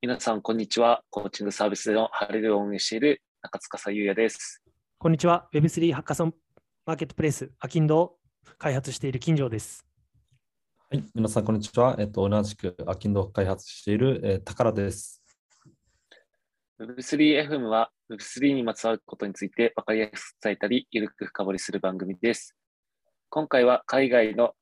皆さん、こんにちは。コーチングサービスのハレルを運営している中司優也です。 こんにちは。Web3 ハッカソンマーケットプレイス、アキンドを開発している金城です。 はい、皆さん、こんにちは。同じくアキンドを開発している、宝です。 Web3FM は Web3 にまつわることについて分かりやすく伝えたり、ゆるく深掘りする番組です。今回は海外の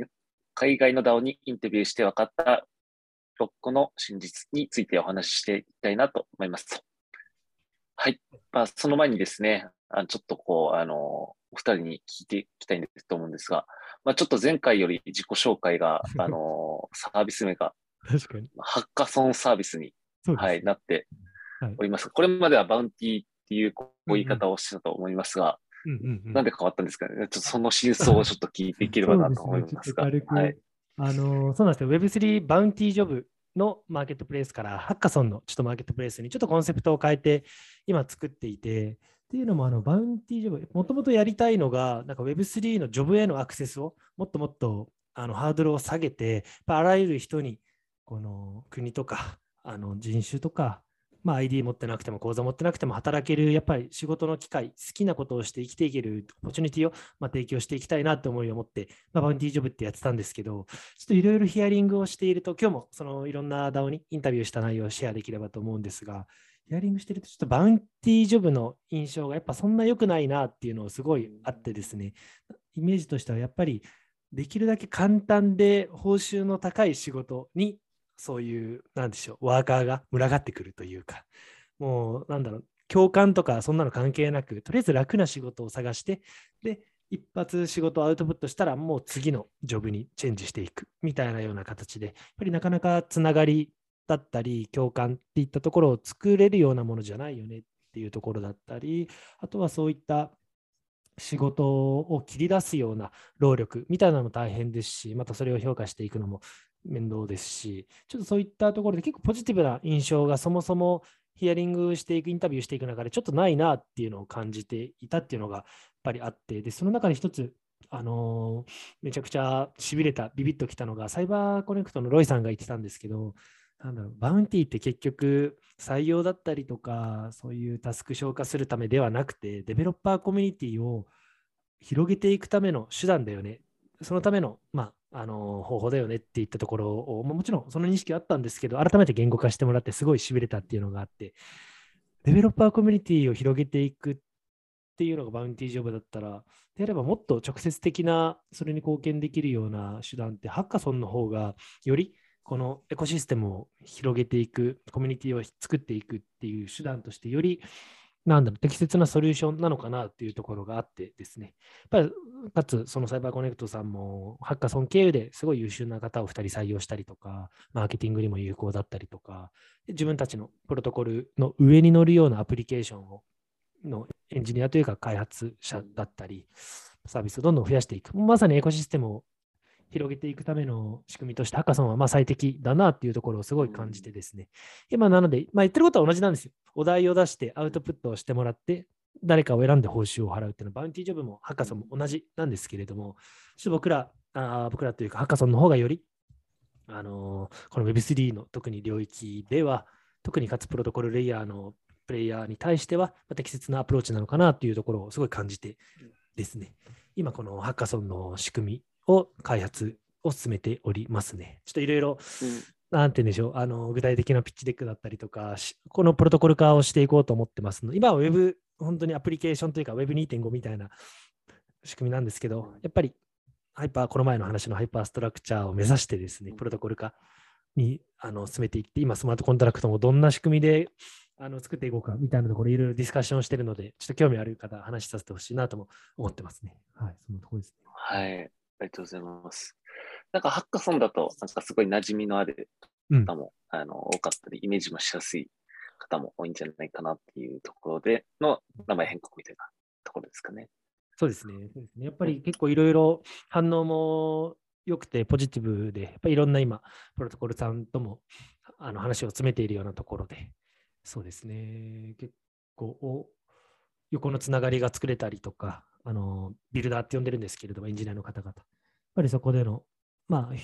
DAO にインタビューして分かった6個の真実についてお話ししていきたいなと思います。はい。その前にですね、ちょっとお二人に聞いていきたいと思うんですが、ちょっと前回より自己紹介が、サービス名が、 確かに。 ハッカソンサービスに、 そうです。 なってはい。 おります。これまではバウンティーっていう言い方をしてたと思いますが、なんで変わったんですかね。ちょっとその真相をちょっと聞いていければなと思いちょっますが。 と軽く、 はい。 そうなんですよ。Web3 バウンティージョブのマーケットプレイスからハッカソンのちょっとマーケットプレイスにちょっとコンセプトを変えて今作っていて、っていうのもバウンティージョブ、もともとやりたいのが、なんか Web3 のジョブへのアクセスをもっともっとハードルを下げて、あらゆる人にこの国とか人種とか、ID 持ってなくても口座持ってなくても働けるやっぱり仕事の機会、好きなことをして生きていけるオポチュニティを提供していきたいなと思いを持って、バウンティージョブってやってたんですけど、ちょっといろいろヒアリングをしていると、今日もそのいろんな DAO にインタビューした内容をシェアできればと思うんですが、ヒアリングしてるとちょっとバウンティージョブの印象がやっぱそんな良くないなっていうのをすごいあってですね、イメージとしてはやっぱりできるだけ簡単で報酬の高い仕事にそういう、なんでしょう、ワーカーが群がってくるというか、もう、共感とかそんなの関係なく、とりあえず楽な仕事を探して、で、一発仕事をアウトプットしたら、もう次のジョブにチェンジしていくみたいなような形で、やっぱりなかなかつながりだったり、共感っていったところを作れるようなものじゃないよねっていうところだったり、あとはそういった仕事を切り出すような労力みたいなのも大変ですし、またそれを評価していくのも面倒ですし、ちょっとそういったところで結構ポジティブな印象がそもそもヒアリングしていく、インタビューしていく中でちょっとないなっていうのを感じていたっていうのがやっぱりあって、で、その中で一つ、めちゃくちゃしびれた、ビビッときたのが、サイバーコネクトのロイさんが言ってたんですけど、バウンティーって結局採用だったりとか、そういうタスク消化するためではなくて、デベロッパーコミュニティを広げていくための手段だよね。そのための、方法だよねっていったところを、もちろんその認識はあったんですけど、改めて言語化してもらってすごいしびれたっていうのがあって、デベロッパーコミュニティを広げていくっていうのがバウンティージョブだったら、であればもっと直接的なそれに貢献できるような手段ってハッカソンの方がよりこのエコシステムを広げていく、コミュニティを作っていくっていう手段としてより適切なソリューションなのかなっていうところがあってですね。やっぱり、かつ、そのサイバーコネクトさんも、ハッカソン経由ですごい優秀な方を2人採用したりとか、マーケティングにも有効だったりとか、自分たちのプロトコルの上に乗るようなアプリケーションのエンジニアというか開発者だったり、サービスをどんどん増やしていく。まさにエコシステムを広げていくための仕組みとして、ハッカソンは最適だなっていうところをすごい感じてですね。今なので、言ってることは同じなんですよ。お題を出してアウトプットをしてもらって、誰かを選んで報酬を払うっていうのは、バウンティージョブもハッカソンも同じなんですけれども、ちょっと僕らというか、ハッカソンの方がより、この Web3 の特に領域では、特にかつプロトコルレイヤーのプレイヤーに対しては、適切なアプローチなのかなというところをすごい感じてですね、今このハッカソンの仕組みを開発を進めておりますね。ちょっといろいろ、なんて言うんでしょう、具体的なピッチデックだったりとか、このプロトコル化をしていこうと思ってますので、今は Web、本当にアプリケーションというか Web2.5 みたいな仕組みなんですけど、やっぱりこの前の話のハイパーストラクチャーを目指してですね、プロトコル化に進めていって、今スマートコントラクトもどんな仕組みで作っていこうかみたいなところいろいろディスカッションしているので、ちょっと興味ある方、話しさせてほしいなとも思ってますね。はい、そのところですね。 はい。ありがとうございます。ハッカソンだと、すごい馴染みのある方も、多かったり、イメージもしやすい方も多いんじゃないかなっていうところでの名前変更みたいなところですかね。 そうですね。やっぱり結構いろいろ反応も良くてポジティブで、やっぱりいろんな今、プロトコルさんとも話を詰めているようなところで、そうですね。結構横のつながりが作れたりとか、ビルダーって呼んでるんですけれども、エンジニアの方々。やっぱりそこでの、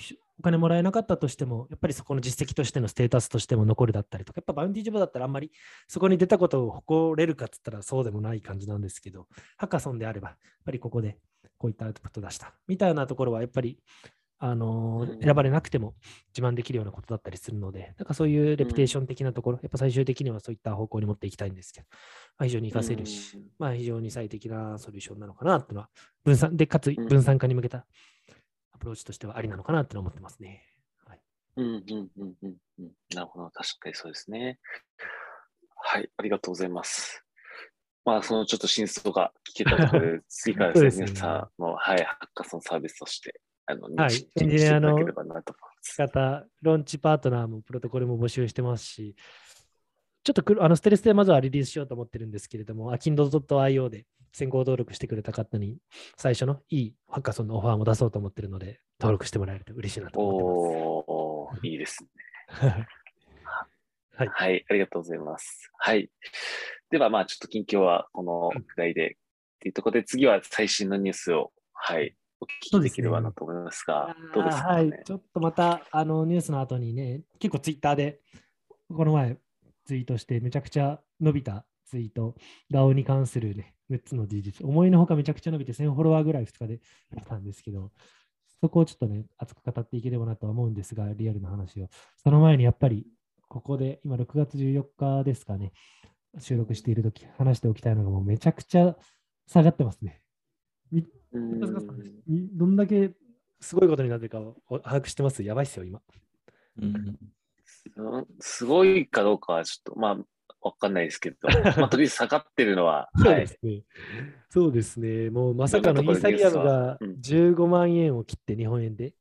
金もらえなかったとしても、やっぱりそこの実績としてのステータスとしても残るだったりとか、やっぱバウンティージョブだったらあんまりそこに出たことを誇れるかっつったらそうでもない感じなんですけど、ハッカソンであれば、やっぱりここでこういったアウトプット出したみたいなところは、やっぱり、選ばれなくても自慢できるようなことだったりするので、なんかそういうレピテーション的なところ、やっぱ最終的にはそういった方向に持っていきたいんですけど、非常に活かせるし、非常に最適なソリューションなのかなっていうのは、分散で、かつ分散化に向けたアプローチとしてはありなのかなって思ってますね。はい。 なるほど。確かにそうですね。はい。ありがとうございます。まあ、そのちょっと真相が聞けたところで、次からですね、皆さんの、はい、ハッカソンサービスとして、認識していただければなと思います。 方、ローンチパートナーもプロトコルも募集してますし、ちょっとステルスでまずはリリースしようと思ってるんですけれども、akindo.io で先行登録してくれた方に最初のいいハッカソンのオファーも出そうと思ってるので、登録してもらえると嬉しいなと思ってます。 いいですね。 はい、 はい、ありがとうございます。はい。では、まあ、ちょっと近況はこのくらいで、っていうところで、次は最新のニュースを、はい、お聞きできればなと思いますが、どうですかね。 はい、ちょっとまた、ニュースの後にね、結構ツイッターで、この前ツイートして、めちゃくちゃ伸びたツイート、DAO に関するね、6つの事実、思いのほかめちゃくちゃ伸びて、1000フォロワーぐらい2日で来たんですけど、そこをちょっとね、熱く語っていければなとは思うんですが、リアルな話を。その前にやっぱり、ここで、今6月14日ですかね、収録しているとき、話しておきたいのが、もうめちゃくちゃ下がってますね。どんだけすごいことになってるかを把握してます。やばいっすよ、今。 すごいかどうかはちょっと、まあ、わかんないですけど、まあ、とりあえず下がってるのは、 そうですね。そうですね。もうまさかのイーサリアムが15万円を切って日本円で。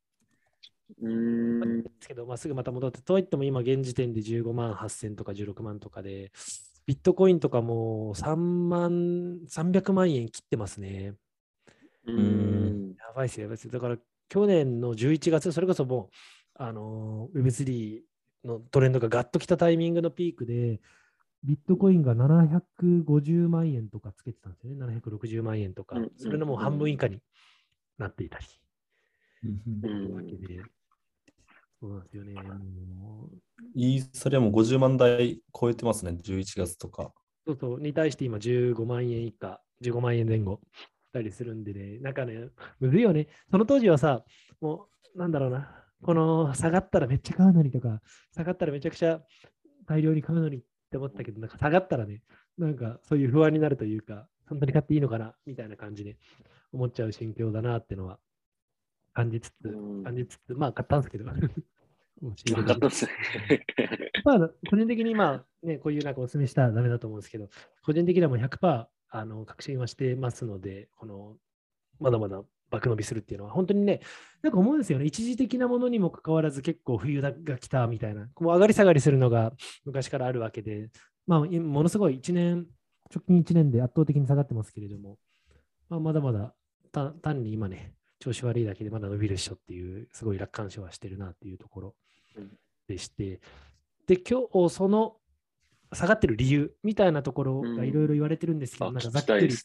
ですけど、すぐまた戻って、とはいっても今現時点で15万8000とか16万とかで、ビットコインとかも300万円切ってますね。やばいっすよ、やばいっすよ。だから去年の11月、それこそもう、Web3 のトレンドがガッときたタイミングのピークで、ビットコインが750万円とかつけてたんですよね。760万円とか。それのもう半分以下になっていたり。わけで。そうなんですよね。 イーサリアム50万台超えてますね、11月とか。 そうそう、に対して今15万円以下、15万円前後たりするんでね、なんかね、むずいよね。その当時はさ、もう、なんだろうな、この下がったらめっちゃ買うのにとか、下がったらめちゃくちゃ大量に買うのにって思ったけど、なんか下がったらね、なんかそういう不安になるというか、本当に買っていいのかなみたいな感じで思っちゃう心境だなってのは感じつつ、まあ買ったんですけど。 買ったんですね。 まあ、個人的にね、こういうなんかお勧めしたらダメだと思うんですけど、個人的にはもう 100% 確信はしてますので、まだまだ爆伸びするっていうのは、本当にね、なんか思うんですよね。一時的なものにもかかわらず結構冬が来たみたいな、もう上がり下がりするのが昔からあるわけで、ものすごい直近1年で圧倒的に下がってますけれども、まだまだ単に今ね、調子悪いだけでまだ伸びるっしょっていう、すごい楽観視はしてるなっていうところでして、で、今日、その下がってる理由みたいなところがいろいろ言われてるんですけど、なんかざっくり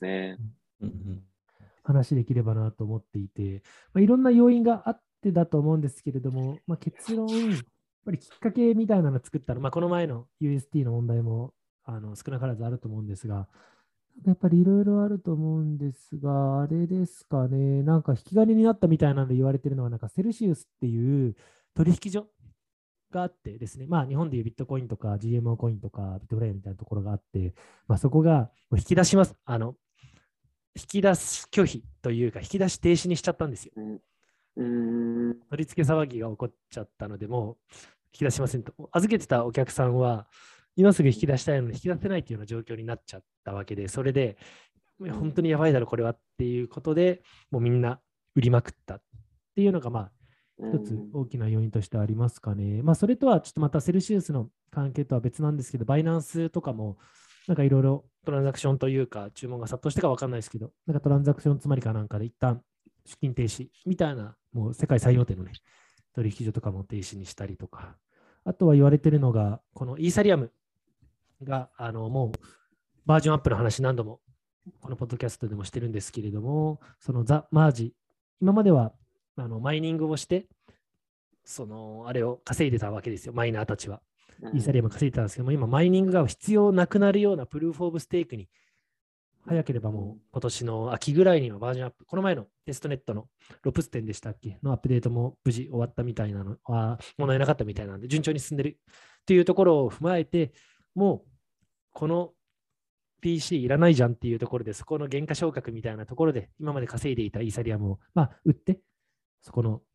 話できればなと思っていて、いろんな要因があってだと思うんですけれども、結論、やっぱりきっかけみたいなのを作ったの、この前の UST の問題も少なからずあると思うんですが、やっぱりいろいろあると思うんですが、あれですかね、なんか引き金になったみたいなので言われてるのは、なんかセルシウスっていう取引所があってですね、日本でいうビットコインとか GMO コインとかビットフライみたいなところがあって、そこが引き出します。引き出す拒否というか、引き出し停止にしちゃったんですよ。取り付け騒ぎが起こっちゃったので、もう引き出しませんと。預けてたお客さんは、今すぐ引き出したいのに引き出せないというような状況になっちゃったわけで、それで、本当にやばいだろ、これはっていうことで、もうみんな売りまくったっていうのが、一つ大きな要因としてありますかね。それとはちょっとまたセルシウスの関係とは別なんですけど、バイナンスとかも、なんかいろいろトランザクションというか、注文が殺到してか分かんないですけど、なんかトランザクションつまりかなんかで一旦出金停止みたいな、もう世界最大手のね、取引所とかも停止にしたりとか、あとは言われてるのが、このイーサリアムが、もうバージョンアップの話何度もこのポッドキャストでもしてるんですけれども、そのザ・マージ、今まではマイニングをして、 あれを稼いでたわけですよ、マイナーたちは。 うんイーサリアム稼いでたんですけども、今、マイニングが必要なくなるようなプルーフ・オブ・ステークに、早ければもう今年の秋ぐらいにはバージョンアップ、この前のテストネットのロプス10でしたっけのアップデートも無事終わったみたいなのは、問題なかったみたいなので、順調に進んでるっていうところを踏まえて、もうこの PC いらないじゃんっていうところで、そこの原価昇格みたいなところで、今まで稼いでいたイーサリアムを、売って、そこの、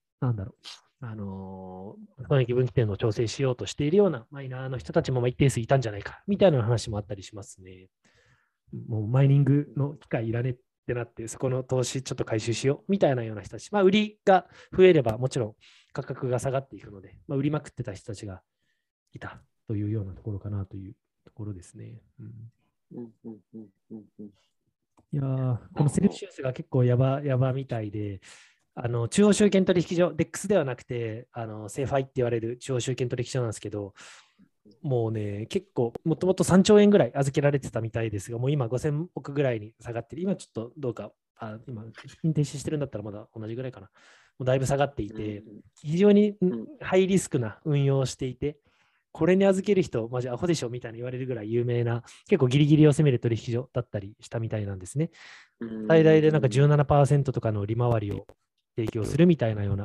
損益分岐点の調整しようとしているようなマイナーの人たちも一定数いたんじゃないかみたいな話もあったりしますね。もうマイニングの機械いらねってなって、そこの投資ちょっと回収しようみたいなような人たち、売りが増えればもちろん価格が下がっていくので、売りまくってた人たちがいたというようなところかなというところですね。いやー、このセルシウスが結構やばみたいで、中央集権取引所、DEX ではなくて、セーファイって言われる中央集権取引所なんですけど、もうね、結構、もともと3兆円ぐらい預けられてたみたいですが、もう今5000億ぐらいに下がってる。今ちょっとどうか、今、出勤停止してるんだったらまだ同じぐらいかな。もうだいぶ下がっていて、非常にハイリスクな運用をしていて、これに預ける人、マジアホでしょみたいに言われるぐらい有名な、結構ギリギリを攻める取引所だったりしたみたいなんですね。最大でなんか17% とかの利回りを提供するみたいなような、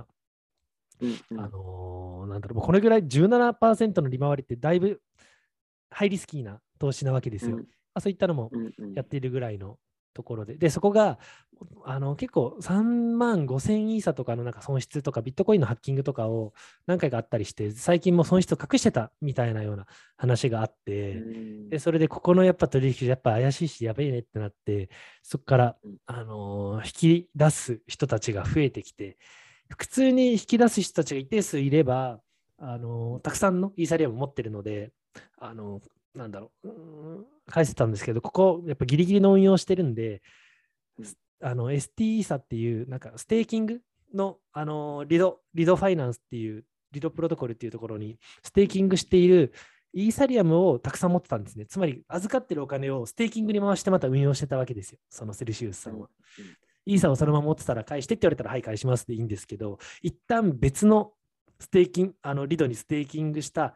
これぐらい17% の利回りってだいぶハイリスキーな投資なわけですよ。そういったのもやっているぐらいのところで、そこが結構3万5000イーサとかのなんか損失とかビットコインのハッキングとかを何回かあったりして、最近も損失を隠してたみたいなような話があって、でそれでここのやっぱ取引所やっぱ怪しいしやべえねってなって、そこから引き出す人たちが増えてきて、普通に引き出す人たちが一定数いれば、たくさんのイーサリアム持ってるので、返せたんですけど、ここやっぱギリギリの運用してるんで、ST イーサっていうなんかステーキングの、リドファイナンスっていうリドプロトコルっていうところにステーキングしているイーサリアムをたくさん持ってたんですね。つまり預かってるお金をステーキングに回してまた運用してたわけですよ、そのセルシウスさんは。イーサをそのまま持ってたら返してって言われたらはい返しますでいいんですけど、一旦別のステーキング、リドにステーキングした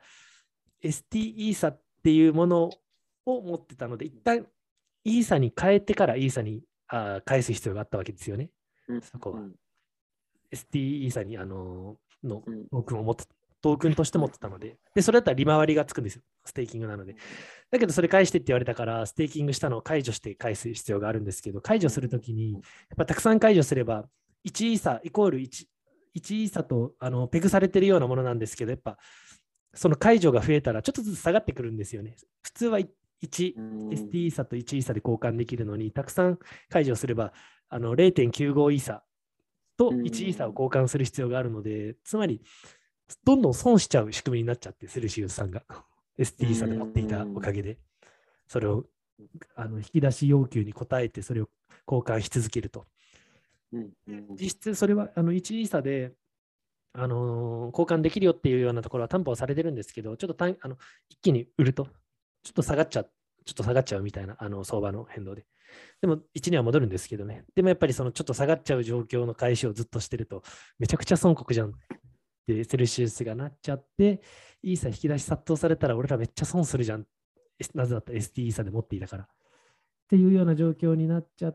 ST イーサっていうものを持ってたので、一旦イーサに変えてからイーサに返す必要があったわけですよね。そこは。ST イーサにのトークンを持ってトークンとして持ってたので、それだったら利回りがつくんですよ、ステーキングなので。だけどそれ返してって言われたから、ステーキングしたのを解除して返す必要があるんですけど、解除するときに、やっぱたくさん解除すれば、1イーサイコール1イーサとペグされてるようなものなんですけど、やっぱその解除が増えたらちょっとずつ下がってくるんですよね。普通は1 ST イーサと1イーサで交換できるのに、たくさん解除すれば0.95イーサと1イーサを交換する必要があるので、つまりどんどん損しちゃう仕組みになっちゃって、セルシウスさんが ST イーサで持っていたおかげで、それを引き出し要求に応えて、それを交換し続けると。実質それは1イーサで交換できるよっていうようなところは担保はされてるんですけど、ちょっと一気に売ると、ちょっと下がっちゃうみたいな相場の変動で。でも1には戻るんですけどね。でもやっぱりそのちょっと下がっちゃう状況の返しをずっとしてると、めちゃくちゃ損国じゃんってセルシウスがなっちゃって、イーサ引き出し殺到されたら俺らめっちゃ損するじゃん。なぜだったら ST イーサで持っていたから。っていうような状況になっちゃって、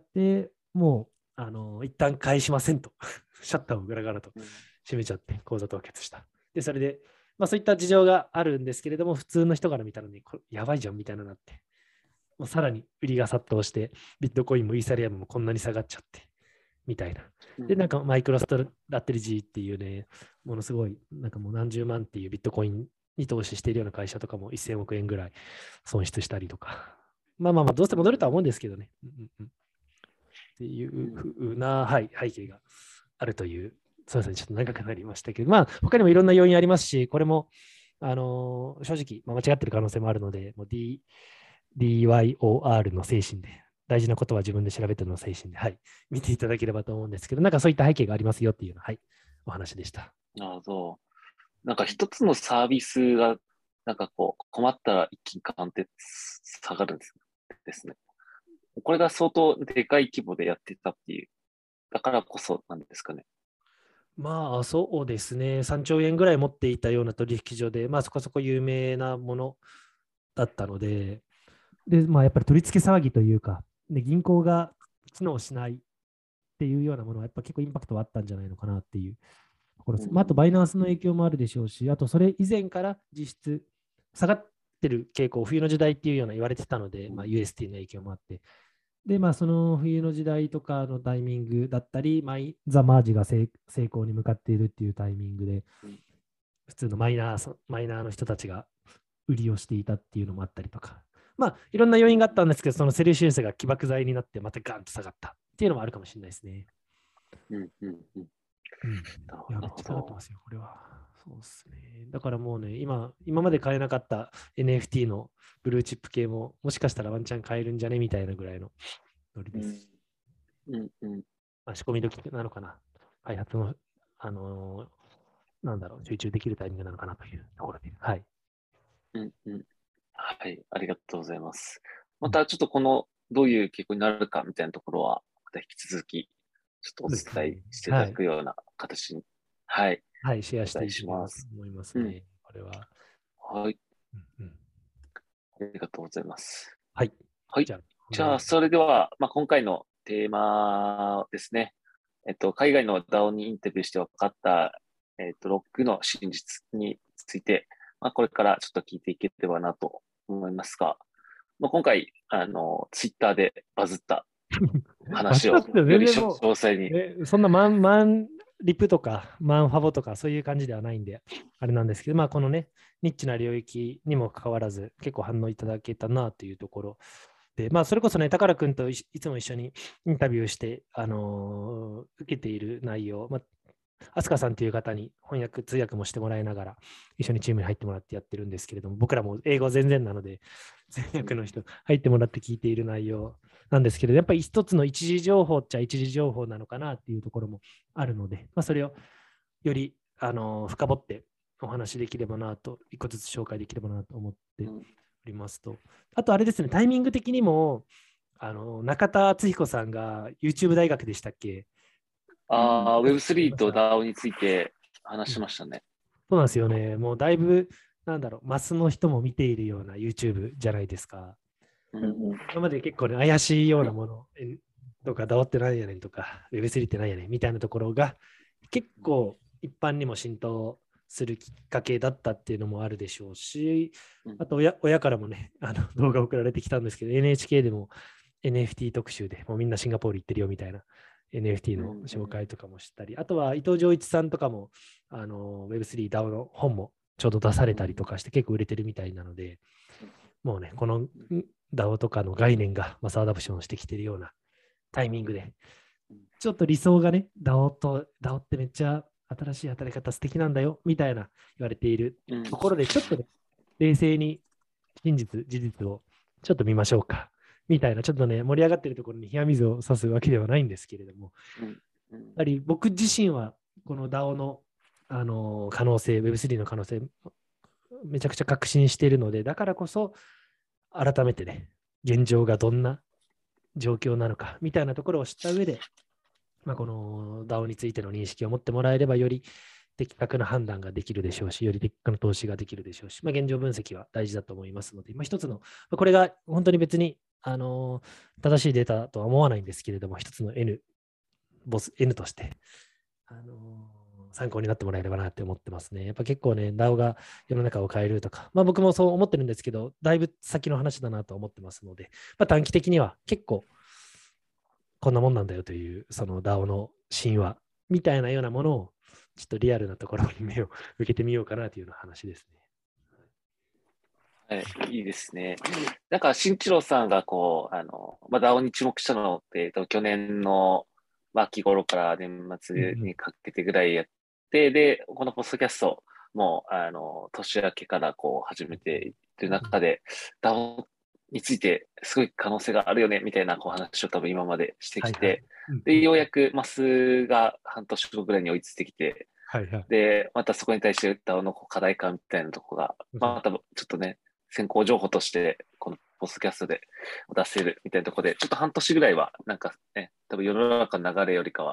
もう一旦返しませんと。シャッターをガラガラと閉めちゃって口座凍結した。で、それで、そういった事情があるんですけれども、普通の人から見たらね、これやばいじゃんみたいなのになって、もうさらに売りが殺到して、ビットコインもイーサリアムもこんなに下がっちゃって、みたいな。で、なんかマイクロストラテジーっていうね、ものすごい、なんかもう何十万っていうビットコインに投資しているような会社とかも1000億円ぐらい損失したりとか。どうせ戻るとは思うんですけどね。っていうふうな、背景があるという、そうですね、ちょっと長くなりましたけど、他にもいろんな要因ありますし、これも、正直、間違ってる可能性もあるので、もうDYOR の精神で、大事なことは自分で調べての精神で、見ていただければと思うんですけど、なんかそういった背景がありますよっていう、お話でした。 なるほど。なんか一つのサービスが、なんかこう、困ったら一気にガンって下がるんですね。これが相当でかい規模でやってたっていう、だからこそなんですかね。 まあ、そうですね。3兆円ぐらい持っていたような取引所で、まあ、そこそこ有名なものだったので、まあ、やっぱり取り付け騒ぎというか、銀行が機能しないっていうようなものは、やっぱ結構インパクトはあったんじゃないのかなっていうところです。まあ、あと、バイナンスの影響もあるでしょうし、あと、それ以前から実質下がってる傾向、冬の時代っていうような言われてたので、まあ、UST の影響もあって、まあ、その冬の時代とかのタイミングだったり、ザ・マージが成功に向かっているっていうタイミングで、普通のマイナーの人たちが売りをしていたっていうのもあったりとか、まあ、いろんな要因があったんですけど、そのセルシウスが起爆剤になって、またガンと下がったっていうのもあるかもしれないですね。 うん。 いや、めっちゃ下がってますよ、これは。そうですね。だからもうね、今まで買えなかった NFT のブルーチップ系も、もしかしたらワンチャン買えるんじゃねみたいなぐらいのノリです。まあ、仕込み時なのかな。開発の、集中できるタイミングなのかなというところで。はい。 はい、ありがとうございます。またちょっとどういう傾向になるかみたいなところは、また引き続き、ちょっとお伝えしていただくような形に、はい、 はい、シェアしてお願いいければとします。 思いますね。これは。 はい、ありがとうございます。 はい。 はい。じゃあ、それでは、今回のテーマですね。海外の DAO にインタビューして分かった、ロックの真実について、これからちょっと聞いていければなと思いますが、今回、ツイッターでバズった話をより詳細に。 そんなマンリプとか、マンファボとか、そういう感じではないんで、あれなんですけど、このね、ニッチな領域にもかかわらず、結構反応いただけたなというところで、それこそね、宝くんといつも一緒にインタビューして、受けている内容、飛鳥さんという方に翻訳、通訳もしてもらいながら、一緒にチームに入ってもらってやってるんですけれども、僕らも英語全然なので、通訳の人入ってもらって聞いている内容なんですけれど、やっぱり一つの一時情報っちゃ一時情報なのかなっていうところもあるので、それをより深掘ってお話できればなと、一個ずつ紹介できればなと思っておりますと、あとあれですね、タイミング的にも、中田敦彦さんが YouTube 大学でしたっけ。 Web3 と DAO について話しましたね。 そうなんですよね。もうだいぶ、マスの人も見ているような YouTube じゃないですか。今まで結構ね、怪しいようなものとか、DAO って何やねんとか、Web3 って何やねんみたいなところが、結構一般にも浸透するきっかけだったっていうのもあるでしょうし、あと親からもね、動画送られてきたんですけど、NHK でも NFT 特集でもうみんなシンガポール行ってるよみたいな NFT の紹介とかもしたり、あとは伊藤浄一さんとかもWeb3 DAO の本もちょうど出されたりとかして結構売れてるみたいなので、もうね、この DAO とかの概念がマスアダプションしてきてるようなタイミングで、ちょっと理想がね、DAO ってめっちゃ新しい働き方素敵なんだよみたいな言われているところで、ちょっとね、冷静に事実をちょっと見ましょうかみたいな、ちょっとね、盛り上がっているところに冷や水を差すわけではないんですけれども、やはり僕自身はこの DAO の、可能性、Web3 の可能性、めちゃくちゃ確信しているので、だからこそ、改めてね、現状がどんな状況なのかみたいなところを知った上で、この DAO についての認識を持ってもらえれば、より的確な判断ができるでしょうし、より的確な投資ができるでしょうし、現状分析は大事だと思いますので、一つの、これが本当に別に、正しいデータとは思わないんですけれども、一つの N として、参考になってもらえればなって思ってますね。やっぱ結構ね、DAO が世の中を変えるとか、僕もそう思ってるんですけど、だいぶ先の話だなと思ってますので、短期的には結構こんなもんなんだよという、その DAO の神話みたいなようなものを、ちょっとリアルなところに目を向けてみようかなというような話ですね。 はい、いいですね。なんか、新一郎さんがDAO に注目したのって、去年の秋頃から年末にかけてぐらいやって、で、このポッドキャストも、年明けから始めていってる中で、DAO についてすごい可能性があるよね、みたいな話を多分今までしてきて、で、ようやくマスが半年後ぐらいに追いついてきて、で、またそこに対して DAO の課題感みたいなとこが、またちょっとね、先行情報として、このポッドキャストで出せるみたいなところで、ちょっと半年ぐらいは、なんかね、多分世の中の流れよりかは、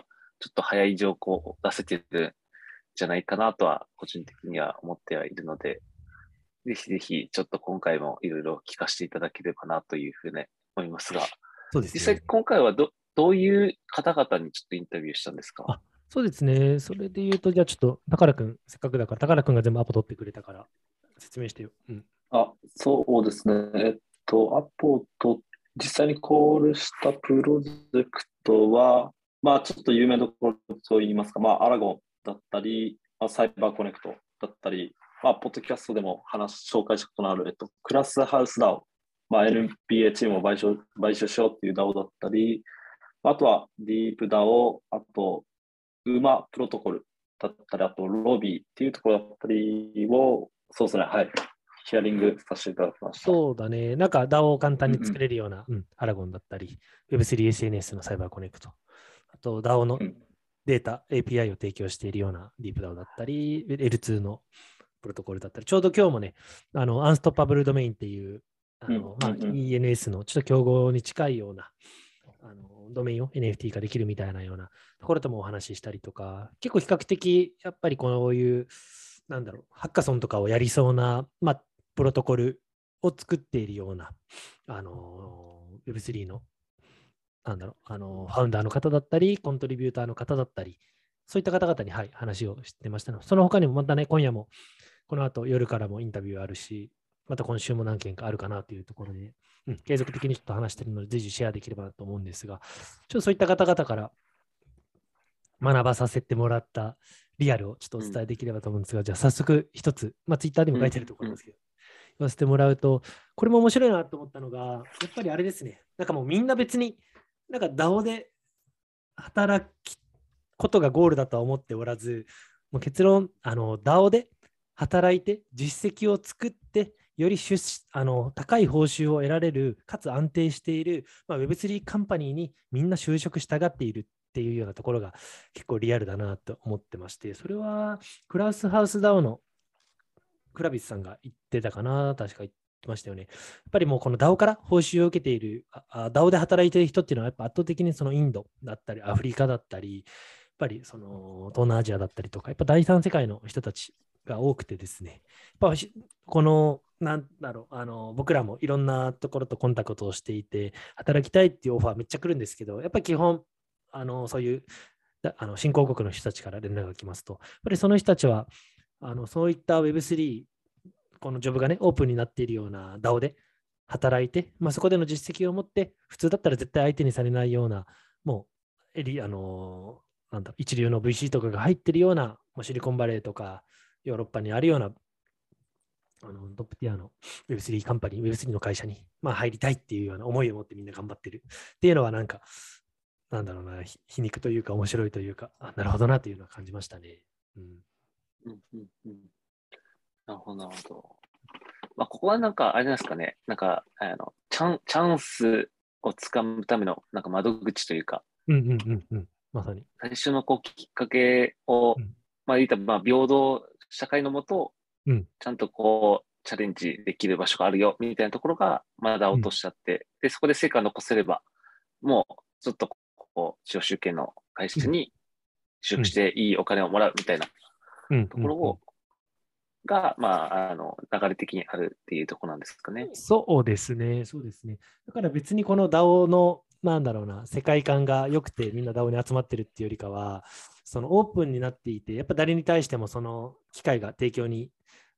ちょっと早い情報を出せてるんじゃないかなとは、個人的には思ってはいるので、ぜひぜひ、ちょっと今回もいろいろ聞かせていただければなというふうに思いますが、 そうですね。 実際今回はどういう方々にちょっとインタビューしたんですか？ あ、そうですね。それで言うと、じゃあちょっと、宝くん、せっかくだから、宝くんが全部アポ取ってくれたから、説明してよ。うん。 そうですね。アポと実際にコールしたプロジェクトは、まあ、ちょっと有名どころといいますか、まあ、アラゴンだったり、まあ、サイバーコネクトだったり、まあ、ポッドキャストでも紹介したことのある、クラスハウス DAO、まあ、NBA チームを買収しようっていう DAO だったり、あとはディープ DAO、あと、ウーマプロトコルだったり、あと、ロビーっていうところだったりを、そうですね、はい。ヒアリングさせていただきました。 そうだね。なんか DAO を簡単に作れるような、アラゴンだったり、Web3 SNS のサイバーコネクト、あと DAO のデータ、API を提供しているような DeepDAO だったり、L2 のプロトコルだったり、ちょうど今日もね、アンストッパブルドメインっていう、ENS のちょっと競合に近いようなドメインを NFT 化できるみたいなようなところともお話ししたりとか、結構比較的やっぱりこういう、なんだろう、ハッカソンとかをやりそうな、プロトコルを作っているような、Web3 の、なんだろう、ファウンダーの方だったり、コントリビューターの方だったり、そういった方々に、はい、話をしてましたの。その他にもまたね、今夜も、この後夜からもインタビューあるし、また今週も何件かあるかなというところで、継続的にちょっと話しているので、随時シェアできればなと思うんですが、ちょっとそういった方々から学ばさせてもらったリアルをちょっとお伝えできればと思うんですが、じゃあ早速一つ、ツイッターにも書いてるところなんですけど、言わせてもらうと、これも面白いなと思ったのが、やっぱりあれですね、なんかもうみんな別に、なんか DAO で働くことがゴールだとは思っておらず、もう結論、DAO で働いて実績を作って、より高い報酬を得られる、かつ安定している、Web3 カンパニーにみんな就職したがっているっていうようなところが結構リアルだなと思ってまして、それはクラスハウス DAO のクラビスさんが言ってたかな、確か言ってましたよね。やっぱりもうこの DAO から報酬を受けている、DAO で働いている人っていうのは、やっぱ圧倒的にそのインドだったり、アフリカだったり、やっぱりその東南アジアだったりとか、やっぱ第三世界の人たちが多くてですね、やっぱこの、なんだろう、僕らもいろんなところとコンタクトをしていて、働きたいっていうオファーめっちゃ来るんですけど、やっぱり基本、そういう新興国の人たちから連絡が来ますと、やっぱりその人たちは、そういった Web3、このジョブがね、オープンになっているような DAO で働いて、そこでの実績を持って、普通だったら絶対相手にされないような、もう、一流の VC とかが入っているような、シリコンバレーとか、ヨーロッパにあるような、トップティアの Web3 カンパニー、Web3 の会社に、入りたいっていうような思いを持ってみんな頑張ってるっていうのは、なんか、なんだろうな、皮肉というか、面白いというか、なるほどなというのは感じましたね。 なるほど、なるほど。ここはなんか、あれなんですかね、なんか、チャンスをつかむための、なんか窓口というか、 まさに。 最初のきっかけを、言ったら、平等社会のもと、ちゃんとチャレンジできる場所があるよ、みたいなところが、まだ落としちゃって、で、そこで成果を残せれば、もう、ずっと司法集権の会社に就職していいお金をもらうみたいなところを、が、流れ的にあるっていうところなんですかね。 そうですね、そうですね。だから別にこの DAO の、世界観が良くてみんな DAO に集まってるっていうよりかは、そのオープンになっていて、やっぱ誰に対してもその機会が提供に、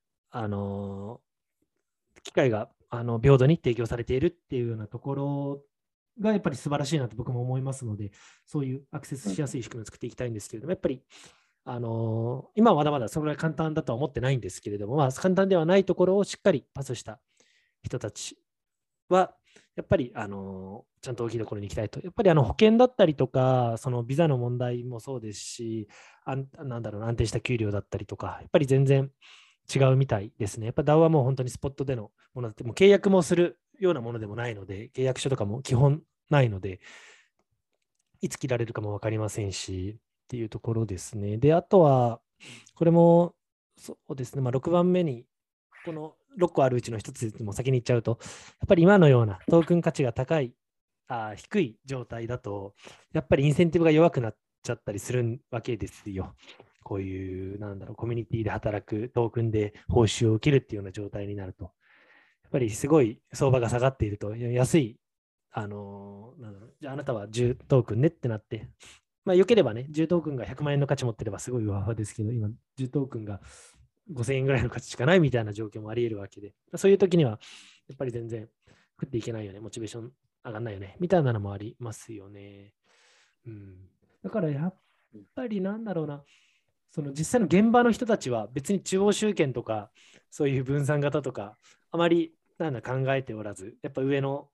機会が平等に提供されているっていうようなところがやっぱり素晴らしいなと僕も思いますので、そういうアクセスしやすい仕組みを作っていきたいんですけれども、やっぱり今はまだまだそれぐらい簡単だとは思ってないんですけれども、簡単ではないところをしっかりパスした人たちは、やっぱりちゃんと大きいところに行きたいと。やっぱり保険だったりとか、そのビザの問題もそうですし、安定した給料だったりとか、やっぱり全然違うみたいですね。やっぱ DAO はもう本当にスポットでのものだって、もう契約もするようなものでもないので、契約書とかも基本ないので、いつ切られるかも分かりませんし、っていうところですね。で、あとは、これも、そうですね、6番目に、この6個あるうちの1つも先に言っちゃうと、やっぱり今のようなトークン価値が低い状態だと、やっぱりインセンティブが弱くなっちゃったりするわけですよ。こういう、コミュニティで働く、トークンで報酬を受けるっていうような状態になると、やっぱりすごい相場が下がっていると、安い、じゃああなたは10トークンねってなって、まあ、良ければね、10トークンが100万円の価値持ってればすごい上々ですけど、今、10トークンが5000円ぐらいの価値しかないみたいな状況もあり得るわけで、そういう時には、やっぱり全然食っていけないよね、モチベーション上がんないよね、みたいなのもありますよね。だからやっぱりその実際の現場の人たちは別に中央集権とか、そういう分散型とか、あまり考えておらず、やっぱ上の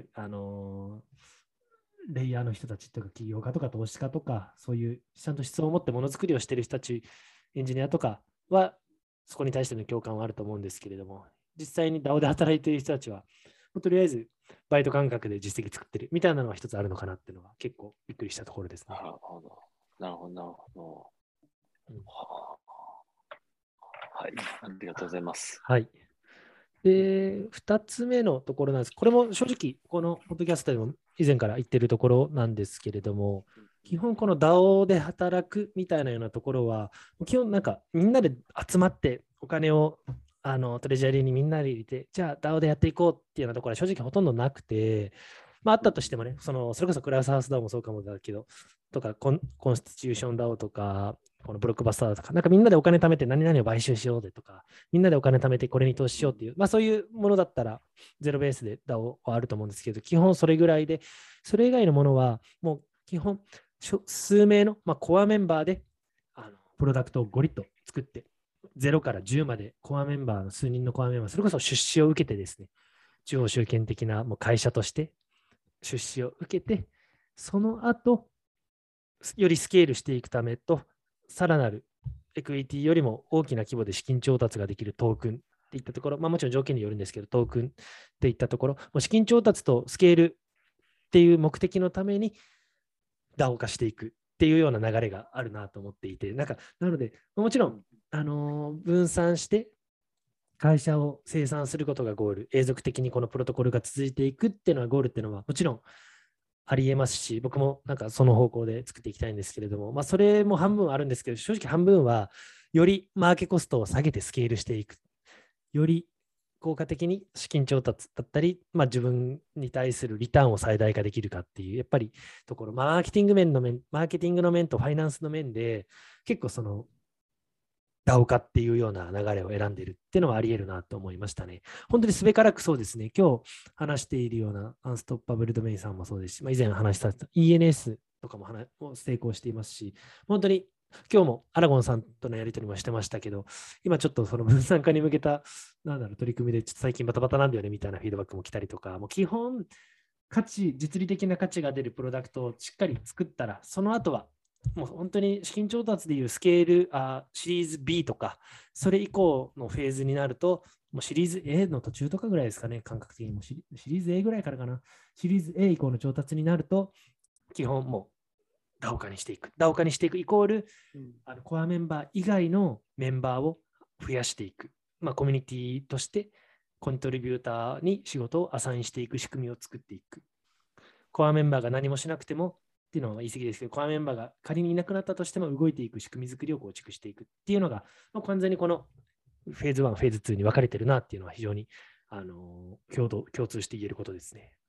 レイヤーの人たちとか、企業家とか投資家とか、そういうちゃんと質問を持ってものづくりをしている人たち、エンジニアとかは、そこに対しての共感はあると思うんですけれども、実際に DAO で働いている人たちは、とりあえずバイト感覚で実績作ってるみたいなのが一つあるのかなっていうのが結構びっくりしたところですね。 なるほど。なるほど、なるほど。はい、ありがとうございます。 はい。で、2つ目のところなんです。これも正直、このポッドキャストでも以前から言ってるところなんですけれども、基本この DAO で働くみたいなようなところは、基本みんなで集まってお金をトレジャーリーにみんなで入れて、じゃあ DAO でやっていこうっていうようなところは正直ほとんどなくて、まああったとしてもね、それこそクラウスハウス DAO もそうかもだけど、とかコンスティチューション DAO とか、このブロックバスターとか、みんなでお金貯めて何々を買収しようでとか、みんなでお金貯めてこれに投資しようっていう、まあそういうものだったら、ゼロベースで DAO はあると思うんですけど、基本それぐらいで、それ以外のものは、もう基本、数名の、コアメンバーで、プロダクトをゴリッと作って、0から10までコアメンバーの数人のコアメンバー、それこそ出資を受けてですね、中央集権的なもう会社として出資を受けて、その後、よりスケールしていくためと、さらなるエクイティよりも大きな規模で資金調達ができるトークンっていったところ、もちろん条件によるんですけど、トークンっていったところ、もう資金調達とスケールっていう目的のために DAO 化していくっていうような流れがあるなと思っていて、なので、もちろん、分散して会社を生産することがゴール、永続的にこのプロトコルが続いていくっていうのはゴールっていうのはもちろんありえますし、僕もその方向で作っていきたいんですけれども、それも半分あるんですけど、正直半分はよりマーケコストを下げてスケールしていく、より効果的に資金調達だったり、自分に対するリターンを最大化できるかっていう、やっぱりところ、マーケティングの面とファイナンスの面で、結構その DAO 化っていうような流れを選んでいるっていうのはあり得るなと思いましたね。本当にすべからくそうですね。今日話しているようなアンストッパブルドメインさんもそうですし、以前話した ENS とかも成功していますし、本当に今日もアラゴンさんとのやり取りもしてましたけど、今ちょっとその分散化に向けた取り組みでちょっと最近バタバタなんだよねみたいなフィードバックも来たりとか、もう基本実利的な価値が出るプロダクトをしっかり作ったら、その後はもう本当に資金調達でいうスケールシリーズ B とか、それ以降のフェーズになると、もうシリーズ A の途中とかぐらいですかね、感覚的にもシリーズ A ぐらいからかな。シリーズ A 以降の調達になると、基本もう DAO 化にしていく。DAO 化にしていくイコール、コアメンバー以外のメンバーを増やしていく。コミュニティとしてコントリビューターに仕事をアサインしていく仕組みを作っていく。コアメンバーが何もしなくても、っていうのは言い過ぎですけど、コアメンバーが仮にいなくなったとしても動いていく仕組み作りを構築していくっていうのが、完全にこのフェーズ1、フェーズ2に分かれてるなっていうのは非常に共通して言えることですね。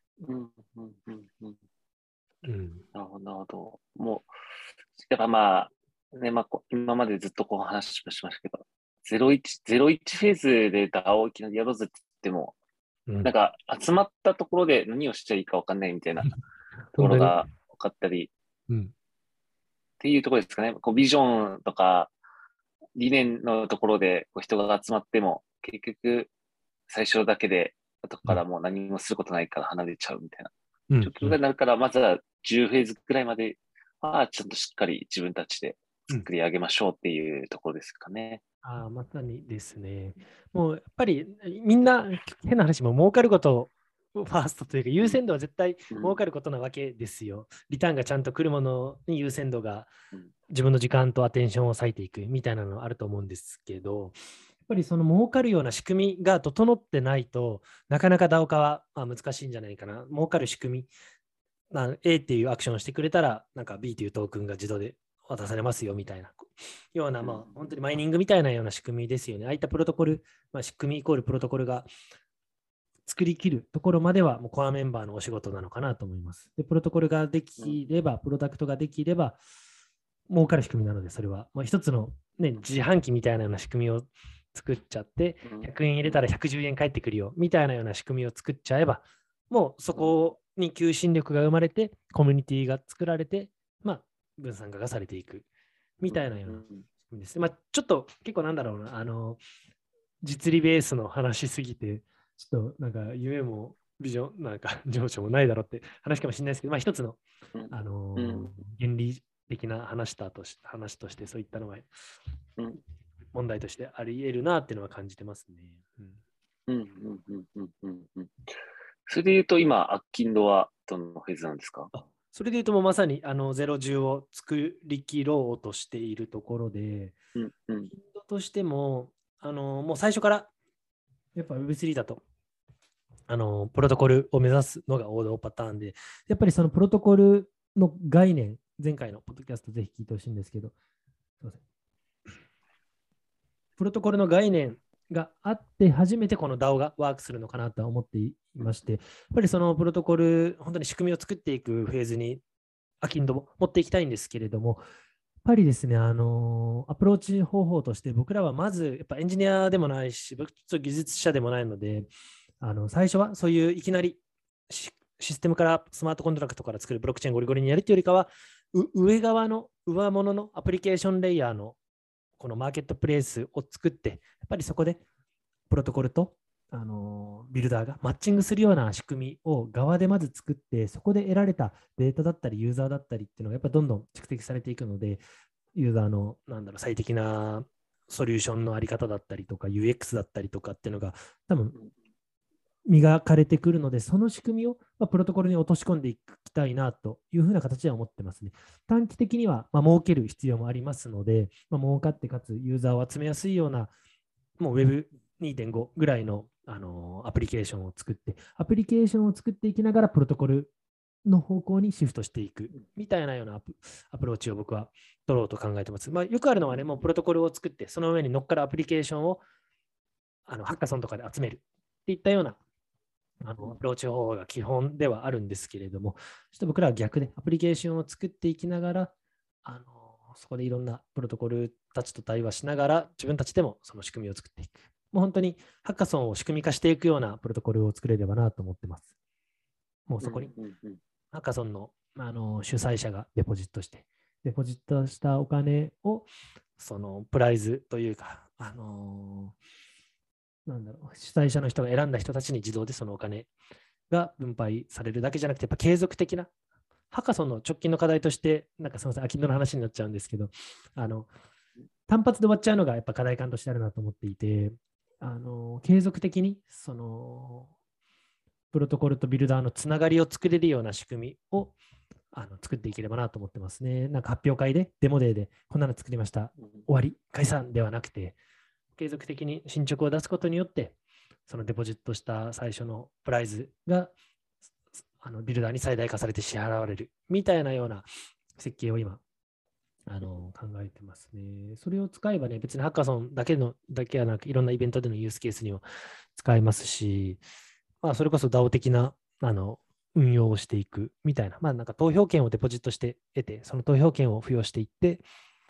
なるほど、なるほど。もう、やっぱ今までずっと話しましたけど、01フェーズで DAO をいきなりやろうぜって言っても、集まったところで何をしちゃいいか分かんないみたいなところが分かったり、っていうところですかね。ビジョンとか理念のところで人が集まっても、結局最初だけで、後からもう何もすることないから離れちゃうみたいな状況になるから、まずは10フェーズくらいまでは、ちゃんとしっかり自分たちで作り上げましょうっていうところですかね。 まさにですね。もうやっぱりみんな変な話も儲かることをファーストというか優先度は絶対儲かることなわけですよ。リターンがちゃんと来るものに優先度が自分の時間とアテンションを割いていくみたいなのはあると思うんですけど、やっぱりその儲かるような仕組みが整ってないとなかなかDAO化は難しいんじゃないかな。儲かる仕組み A っていうアクションをしてくれたら、なんか B というトークンが自動で渡されますよみたいなような、まあ、本当にマイニングみたいなような仕組みですよね。ああいったプロトコル、まあ、仕組みイコールプロトコルが作りきるところまでは、もうコアメンバーのお仕事なのかなと思います。で、プロトコルができれば、プロダクトができれば、儲かる仕組みなので、それは、まあ、一つの、ね、自販機みたいなような仕組みを作っちゃって、100円入れたら110円返ってくるよみたいなような仕組みを作っちゃえば、もうそこに求心力が生まれて、コミュニティが作られて、まあ、分散化がされていくみたいなような仕組みです。まあ、ちょっと結構なんだろうな、実利ベースの話しすぎて、ちょっとなんか夢もビジョン、なんか上昇もないだろうって話かもしれないですけど、まあ一つの、原理的な話としてそういったのは問題としてあり得るなっていうのは感じてますね。 それで言うと今、アッキンドはどのフェーズなんですか？ それで言うともうまさに010を作り切ろうとしているところで、アッキンドとしても、もう最初からやっぱ Web3 だとプロトコルを目指すのが王道パターンで、やっぱりそのプロトコルの概念、前回のポッドキャストぜひ聞いてほしいんですけど、すいません。プロトコルの概念があって初めてこの DAO がワークするのかなと思っていまして、やっぱりそのプロトコル、本当に仕組みを作っていくフェーズにアキンドも持っていきたいんですけれども、やっぱりですね、アプローチ方法として僕らはまず、やっぱエンジニアでもないし、僕ちょっと技術者でもないので、最初はそういういきなりシステムからスマートコントラクトから作るブロックチェーンゴリゴリにやるというよりかは、上側の上物のアプリケーションレイヤーのこのマーケットプレイスを作って、やっぱりそこでプロトコルとビルダーがマッチングするような仕組みを側でまず作って、そこで得られたデータだったりユーザーだったりっていうのがやっぱどんどん蓄積されていくので、ユーザーの最適なソリューションのあり方だったりとか UX だったりとかっていうのが多分磨かれてくるので、その仕組みをプロトコルに落とし込んでいきたいなというふうな形では思ってますね。短期的には儲ける必要もありますので、儲かってかつユーザーを集めやすいような、もう Web2.5 ぐらいの、アプリケーションを作って、アプリケーションを作っていきながらプロトコルの方向にシフトしていくみたいなようなアプローチを僕は取ろうと考えてます。よくあるのはね、もうプロトコルを作って、その上に乗っかるアプリケーションをハッカソンとかで集めるっていったようなアプローチ方法が基本ではあるんですけれども、ちょっと僕らは逆でアプリケーションを作っていきながら、そこでいろんなプロトコルたちと対話しながら、自分たちでもその仕組みを作っていく。もう本当にハッカソンを仕組み化していくようなプロトコルを作れればなと思ってます。もうそこにハッカソンの、主催者がデポジットして、デポジットしたお金をそのプライズというか、主催者の人が選んだ人たちに自動でそのお金が分配されるだけじゃなくて、やっぱ継続的な、ハッカソンの直近の課題として、なんかすみません、アキンドの話になっちゃうんですけど、単発で終わっちゃうのがやっぱ課題感としてあるなと思っていて、継続的にそのプロトコルとビルダーのつながりを作れるような仕組みを作っていければなと思ってますね。なんか発表会で、デモデーでこんなの作りました、終わり、解散ではなくて、継続的に進捗を出すことによって、そのデポジットした最初のプライズがビルダーに最大化されて支払われるみたいなような設計を今考えてますね。それを使えばね、別にハッカソンだけはなく、いろんなイベントでのユースケースにも使えますし、それこそ DAO 的な運用をしていくみたいな、なんか投票権をデポジットして得て、その投票権を付与していって、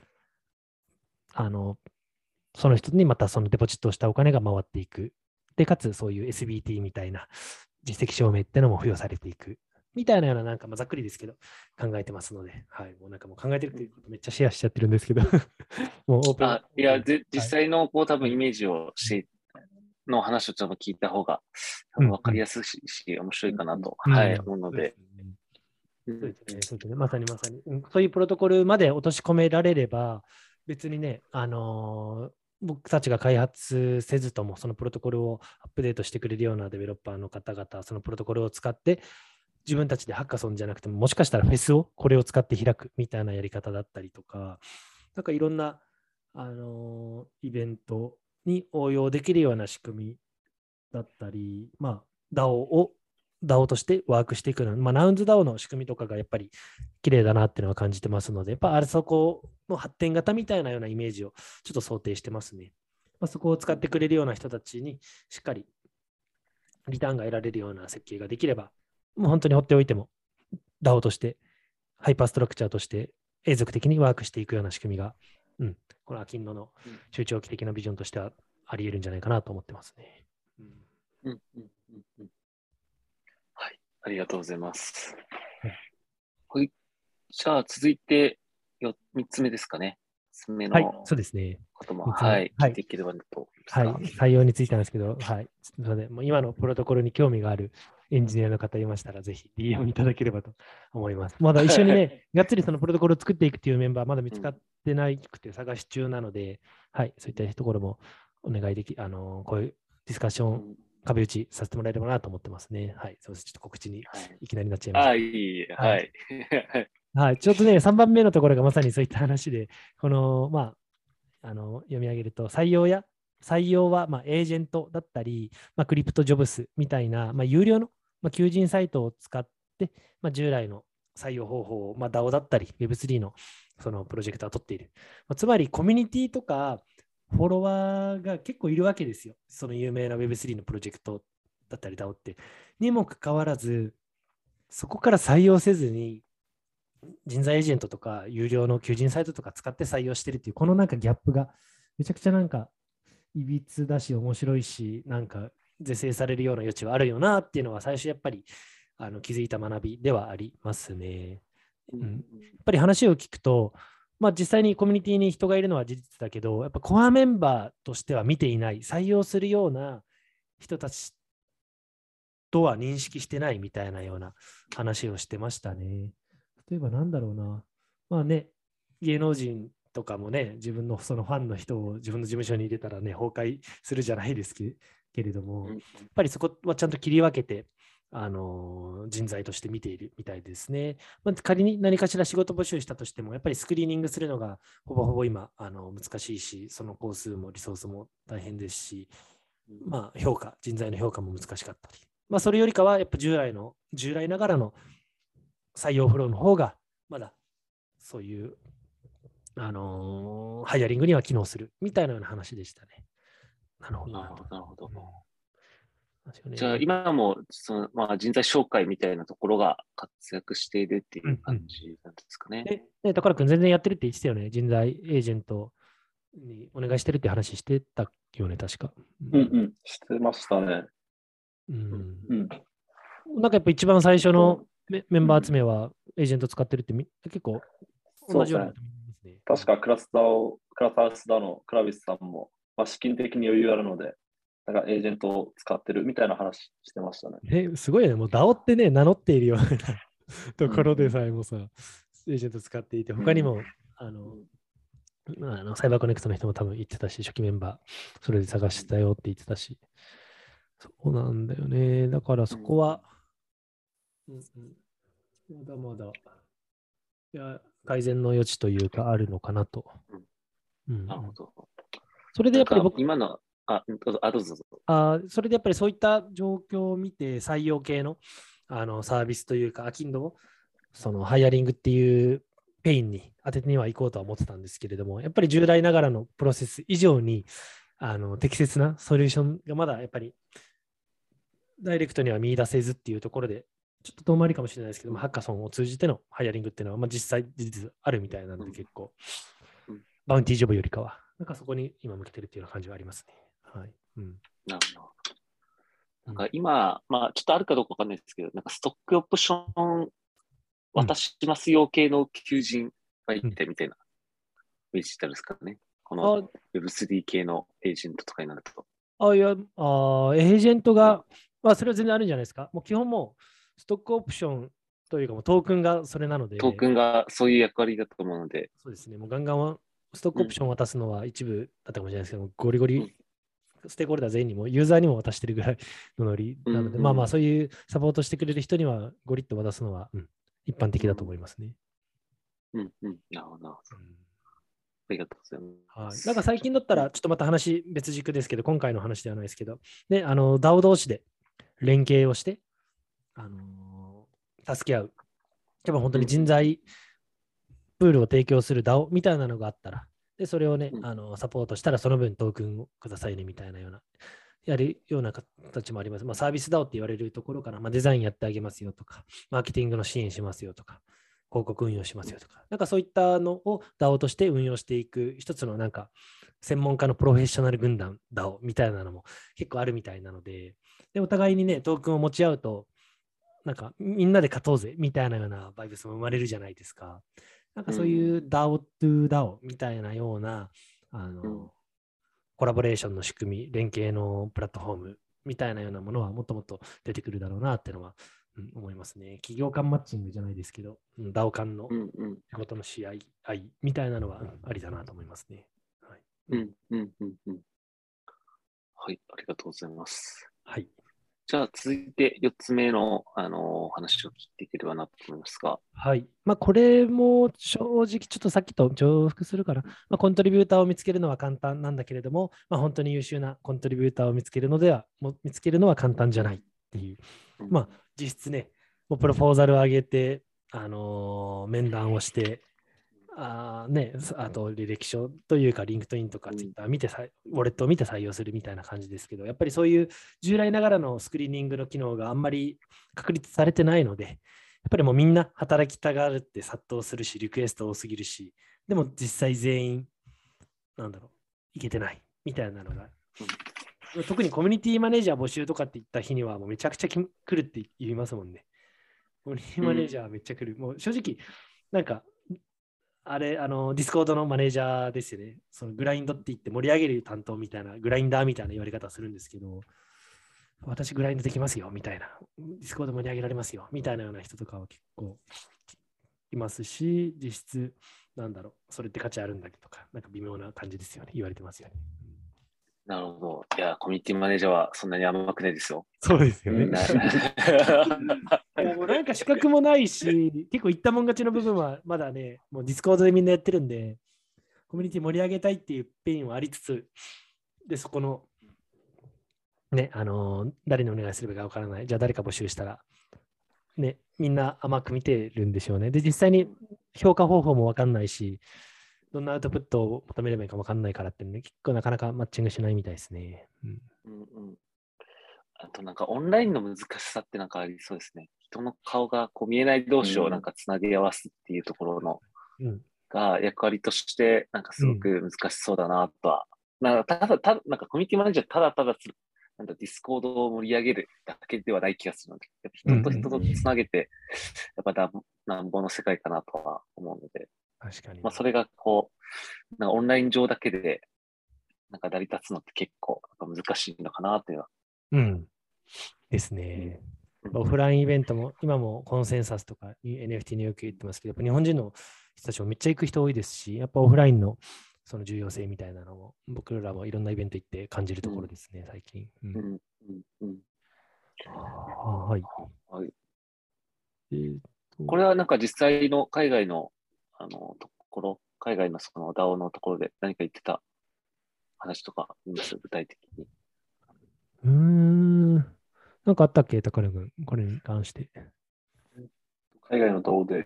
その人にまたそのデポジットをしたお金が回っていく。で、かつそういう SBT みたいな実績証明ってのも付与されていく。みたいなような、なんかざっくりですけど、考えてますので、はい。もうなんかもう考えてるっていうことめっちゃシェアしちゃってるんですけど、もうオープン。 いや、実際の多分イメージをの話をちょっと聞いた方が分かりやすいし、面白いかなと、思うので。 そうですね。まさに。そういうプロトコルまで落とし込められれば、別にね、僕たちが開発せずとも、そのプロトコルをアップデートしてくれるようなデベロッパーの方々、そのプロトコルを使って、自分たちでハッカソンじゃなくても、もしかしたらフェスをこれを使って開くみたいなやり方だったりとか、なんかいろんな、イベントに応用できるような仕組みだったり、DAO を DAO としてワークしていくの。ナウンズ DAO の仕組みとかがやっぱり綺麗だなっていうのは感じてますので、やっぱあれそこの発展型みたいなようなイメージをちょっと想定してますね。そこを使ってくれるような人たちにしっかりリターンが得られるような設計ができれば、もう本当に放っておいても DAO として、ハイパーストラクチャーとして永続的にワークしていくような仕組みが、このアキンドの中長期的なビジョンとしてはあり得るんじゃないかなと思ってますね。 はい、ありがとうございます。 はい、 じゃあ続いて3つ目ですかね。3つ目の、 はい、そうですね。 ことも、はい、聞いていければなと。 はい、採用についてなんですけど、はい。なので、もう今のプロトコルに興味があるエンジニアの方いましたら、ぜひ DM いただければと思います。まだ一緒にね、がっつりそのプロトコルを作っていくというメンバー、まだ見つかってなくて探し中なので、はい、そういったところもお願いでき、こういうディスカッション、壁打ちさせてもらえればなと思ってますね。はい、そうです。ちょっと告知にいきなりなっちゃいました。 いい、はい。 はい、ちょっとね、3番目のところがまさにそういった話で、この、読み上げると、採用はエージェントだったり、クリプトジョブスみたいな、有料の、求人サイトを使って、従来の採用方法を、DAO だったり Web3 のそのプロジェクトは取っている。つまりコミュニティとかフォロワーが結構いるわけですよ。その有名な Web3 のプロジェクトだったり DAO って。にもかかわらず、そこから採用せずに、人材エージェントとか有料の求人サイトとか使って採用してるっていう、このなんかギャップがめちゃくちゃなんかいびつだし面白いし、なんか是正されるような余地はあるよなっていうのは最初やっぱり気づいた学びではありますね。やっぱり話を聞くと、実際にコミュニティに人がいるのは事実だけど、やっぱコアメンバーとしては見ていない、採用するような人たちとは認識してないみたいなような話をしてましたね。例えばなんだろうな。芸能人とかもね、自分のそのファンの人を自分の事務所に入れたらね、崩壊するじゃないですけれども、やっぱりそこはちゃんと切り分けて、人材として見ているみたいですね。仮に何かしら仕事募集したとしても、やっぱりスクリーニングするのがほぼほぼ今難しいし、その工数もリソースも大変ですし、人材の評価も難しかったり、それよりかはやっぱ従来ながらの採用フローの方がまだそういうハイアリングには機能するみたいなような話でしたね。なるほど。 なるほど。じゃあ今もその、人材紹介みたいなところが活躍しているっていう感じなんですかね。 高良君全然やってるって言ってたよね。人材エージェントにお願いしてるって話してたよね、確か。 してましたね。 なんかやっぱ一番最初のメンバー集めはエージェント使ってるって結構同じようなこと見ますね。 確かクラスタースダのクラビスさんも、資金的に余裕あるので、なんかエージェントを使ってるみたいな話してましたね。 すごいよね。もう DAO ってね、名乗っているようなところでさえもさ、エージェント使っていて、他にも、サイバーコネクトの人も多分言ってたし、初期メンバー、それで探してたよって言ってたし、そうなんだよね。だからそこは、まだまだ、改善の余地というか、あるのかなと。 なるほど。 それでやっぱり僕、 今の、どうぞ。 それでやっぱりそういった状況を見て、採用系の、サービスというか、アキンドを、そのハイアリングっていうペインに当ててには行こうとは思ってたんですけれども、やっぱり従来ながらのプロセス以上に適切なソリューションがまだやっぱりダイレクトには見出せずっていうところで、ちょっと遠回りかもしれないですけども、ハッカソンを通じてのハイアリングっていうのは、実際事実あるみたいなので、結構、バウンティージョブよりかは、なんかそこに今向けてるっていうような感じはありますね。はい。 なるほど。なんか今、ちょっとあるかどうかわかんないですけど、なんかストックオプション渡しますよ系の求人がいてみたいなデジタルですかね。この Web3 系のエージェントとかになると。 エージェントが、それは全然あるんじゃないですか。もう基本もうストックオプションというかもうトークンがそれなので。 トークンがそういう役割だと思うので。 そうですね。もうガンガンはストックオプションを渡すのは一部だったかもしれないですけど、ゴリゴリステークホルダー全員にもユーザーにも渡してるぐらいのノリなので、そういうサポートしてくれる人にはゴリッと渡すのは、一般的だと思いますね。 なるほど。ありがとうございます。 なんか最近だったら、ちょっとまた話別軸ですけど、今回の話ではないですけど、DAO 同士で連携をして、 助け合う。やっぱ本当に人材プールを提供する DAO みたいなのがあったら、で、それをね、サポートしたらその分トークンをくださいねみたいなような、やるような形もあります。サービス DAO って言われるところから、デザインやってあげますよとか、マーケティングの支援しますよとか、広告運用しますよとか、なんかそういったのを DAO として運用していく一つのなんか専門家のプロフェッショナル軍団 DAO みたいなのも結構あるみたいなので、でお互いにね、トークンを持ち合うと、なんかみんなで勝とうぜみたいなようなバイブスも生まれるじゃないですか。なんかそういう DAO to DAO みたいなような、コラボレーションの仕組み、連携のプラットフォームみたいなようなものはもっともっと出てくるだろうなっていうのは、思いますね。企業間マッチングじゃないですけど、DAO 間の仕事の試合みたいなのはありだなと思いますね。はい。 はい、ありがとうございます。 はい。 じゃあ続いて4つ目の、話を聞いていければなと思いますが。 はい。これも正直ちょっとさっきと重複するから、コントリビューターを見つけるのは簡単なんだけれども、本当に優秀なコントリビューターを見つけるのは簡単じゃないっていう。実質ね、もうプロポーザルを上げて、面談をして、あと履歴書というか、リンクトインとかツイッター見て、ウォレットを見て採用するみたいな感じですけど、やっぱりそういう従来ながらのスクリーニングの機能があんまり確立されてないので、やっぱりもうみんな働きたがるって殺到するし、リクエスト多すぎるし、でも実際全員、いけてないみたいなのが、特にコミュニティマネージャー募集とかって言った日にはもうめちゃくちゃ来るって言いますもんね。コミュニティマネージャーめっちゃ来る。もう正直、ディスコードのマネージャーですよね。そのグラインドって言って盛り上げる担当みたいな、グラインダーみたいな言われ方するんですけど、私グラインドできますよみたいな、ディスコード盛り上げられますよみたいなような人とかは結構いますし、実質、それって価値あるんだけとか、なんか微妙な感じですよね。言われてますよね。 なるほど。いや、コミュニティマネージャーはそんなに甘くないですよ。 そうですよね。もうなんか資格もないし、結構言ったもん勝ちの部分はまだね、もうディスコードでみんなやってるんで、コミュニティ盛り上げたいっていうペインはありつつ、で、そこの、ね、誰にお願いすればいいかわからない。じゃあ誰か募集したら、ね、みんな甘く見てるんでしょうね。で、実際に評価方法もわかんないし、どんなアウトプットを求めればいいかわかんないからってね、結構なかなかマッチングしないみたいですね。 あとなんかオンラインの難しさってなんかありそうですね。人の顔がこう見えない同士をなんかつなぎ合わすっていうところの、が役割としてなんかすごく難しそうだなとは。なんかなんかコミュニティマネージャーただただディスコードを盛り上げるだけではない気がするので、やっぱ人と人とつなげて、やっぱなんぼの世界かなとは思うので、 確かに。 それがこう、なんかオンライン上だけでなんか成り立つのって結構難しいのかなっていうのは。 ですね。オフラインイベントも今もコンセンサスとか NFT によく言ってますけど、やっぱ日本人の人たちもめっちゃ行く人多いですし、やっぱオフラインのその重要性みたいなのも僕らもいろんなイベント行って感じるところですね、最近。はい。 これはなんか実際の海外のところ、海外のその DAO のところで何か言ってた話とかあります？具体的に。 なんかあったっけ、高野君、これに関して。 海外の DAO で。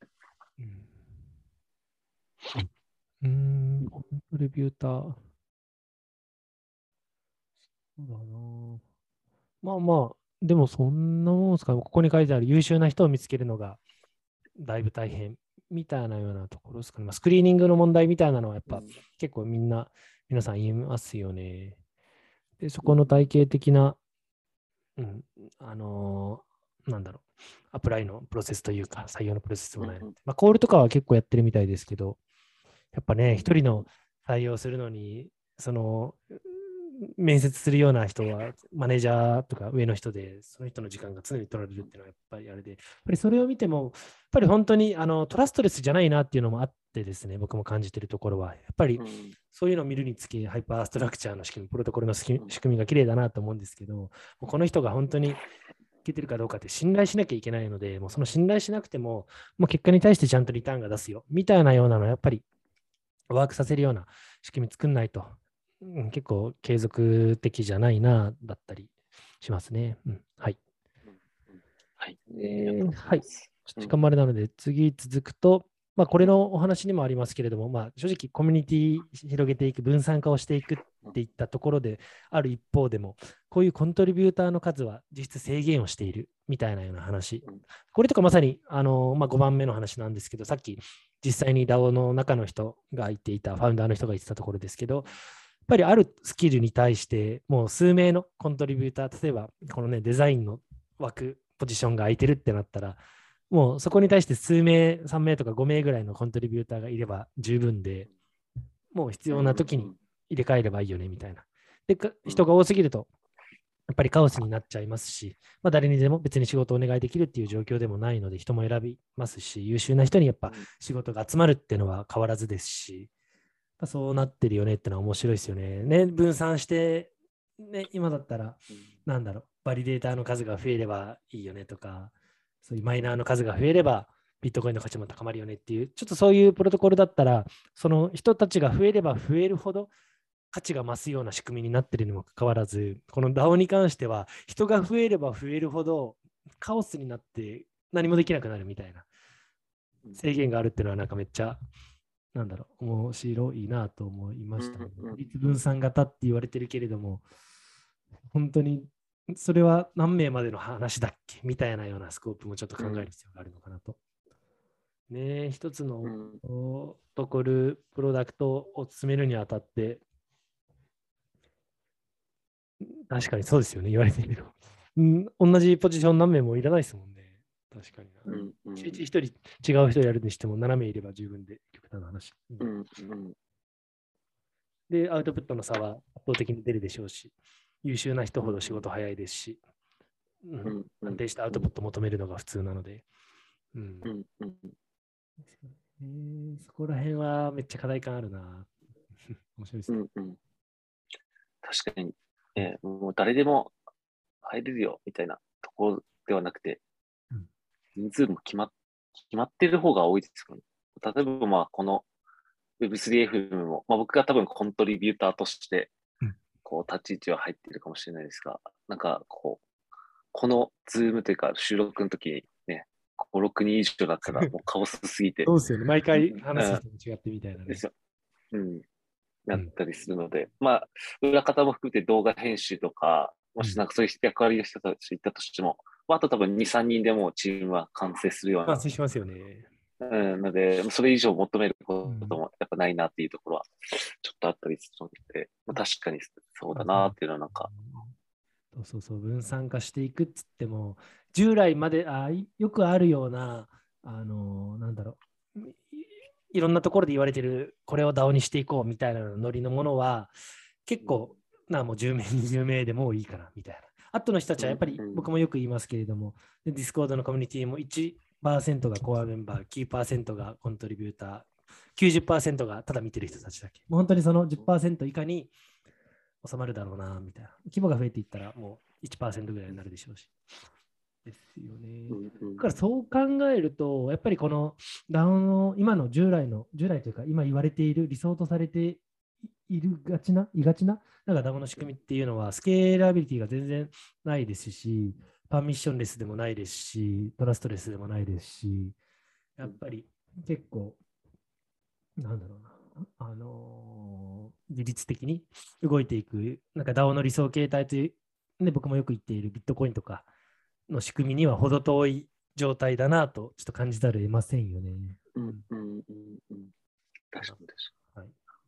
コントリビューター。そうだな。でもそんなもんですか。ここに書いてある優秀な人を見つけるのがだいぶ大変みたいなようなところですかね。スクリーニングの問題みたいなのはやっぱ結構皆さん言いますよね。で、そこの体系的な、アプライのプロセスというか、採用のプロセスもないので、コールとかは結構やってるみたいですけど、やっぱね、一人の採用するのに、面接するような人は、マネージャーとか上の人で、その人の時間が常に取られるっていうのはやっぱりあれで、やっぱりそれを見ても、やっぱり本当にトラストレスじゃないなっていうのもあってですね、僕も感じているところは、やっぱりそういうのを見るにつけ、ハイパーストラクチャーの仕組み、プロトコルの仕組みが綺麗だなと思うんですけど、この人が本当にいけてるかどうかって信頼しなきゃいけないので、もうその信頼しなくても、もう結果に対してちゃんとリターンが出すよ、みたいなようなのは、やっぱりワークさせるような仕組み作んないと、結構継続的じゃないな、だったりしますね。はい。 ははい。時間までなので、次続くと、これのお話にもありますけれども、正直コミュニティ広げていく、分散化をしていくっていったところである一方でも、こういうコントリビューターの数は実質制限をしているみたいなような話。これとかまさに5番目の話なんですけど、さっき実際に DAO の中の人が言っていた、ファウンダーの人が言ってたところですけど、やっぱりあるスキルに対して、もう数名のコントリビューター、例えばこのね、デザインの枠、ポジションが空いてるってなったら、もうそこに対して数名、3名とか5名ぐらいのコントリビューターがいれば十分で、もう必要な時に入れ替えればいいよねみたいな。で、人が多すぎると、やっぱりカオスになっちゃいますし、誰にでも別に仕事をお願いできるっていう状況でもないので、人も選びますし、優秀な人にやっぱ仕事が集まるっていうのは変わらずですし、そうなってるよねってのは面白いですよね。分散して、今だったら、バリデーターの数が増えればいいよねとか、そういうマイナーの数が増えれば、ビットコインの価値も高まるよねっていう、ちょっとそういうプロトコルだったら、その人たちが増えれば増えるほど価値が増すような仕組みになっているにもかかわらず、この DAO に関しては、人が増えれば増えるほどカオスになって何もできなくなるみたいな制限があるっていうのはめっちゃ面白いなと思いましたね。立分散型って言われてるけれども、本当にそれは何名までの話だっけみたいなようなスコープもちょっと考える必要があるのかなと。一つの残るプロダクトを進めるにあたって、確かにそうですよね、言われてみると。同じポジション何名もいらないですもんね。確かにな。一人違う人やるにしても7名いれば十分で、極端な話。で、アウトプットの差は圧倒的に出るでしょうし、優秀な人ほど仕事早いですし、安定したアウトプットを求めるのが普通なので。そこら辺はめっちゃ課題感あるな。面白いですね。 確かに、もう誰でも入れるよみたいなところではなくて、人数も決まってる方が多いですよね。例えばこの Web3FM も、僕が多分コントリビューターとして、立ち位置は入っているかもしれないですが、このズームというか収録の時にね、5、6人以上だったらもうカオスすぎて。 そうですよね。毎回話す人も違ってみたいなね。 なったりするので、裏方も含めて動画編集とか、もしそういう役割の人たちいたとしても、あと多分2、3人でもチームは完成するような。 完成しますよね。 ので、それ以上求めることもやっぱないなっていうところはちょっとあったりするので、確かにそうだなっていうのはそう、分散化していくっつっても、従来までよくあるような、いろんなところで言われてる、これを DAO にしていこうみたいなノリのものは、結構、もう10名、20名でもういいかなみたいな。あとの人たちはやっぱり僕もよく言いますけれども、Discord のコミュニティも1% がコアメンバー、9% がコントリビューター、90% がただ見てる人たちだけ。もう本当にその 10% 以下に収まるだろうな、みたいな。規模が増えていったらもう 1% ぐらいになるでしょうし。ですよね。だからそう考えると、やっぱりこの DAO の今の従来というか、今言われている理想とされていがちな DAO の仕組みっていうのは、スケーラビリティが全然ないですし、パーミッションレスでもないですし、トラストレスでもないですし、やっぱり結構、自律的に動いていく、DAO の理想形態という、僕もよく言っているビットコインとかの仕組みには程遠い状態だなと、ちょっと感じざるを得ませんよね。 確かに。 はい。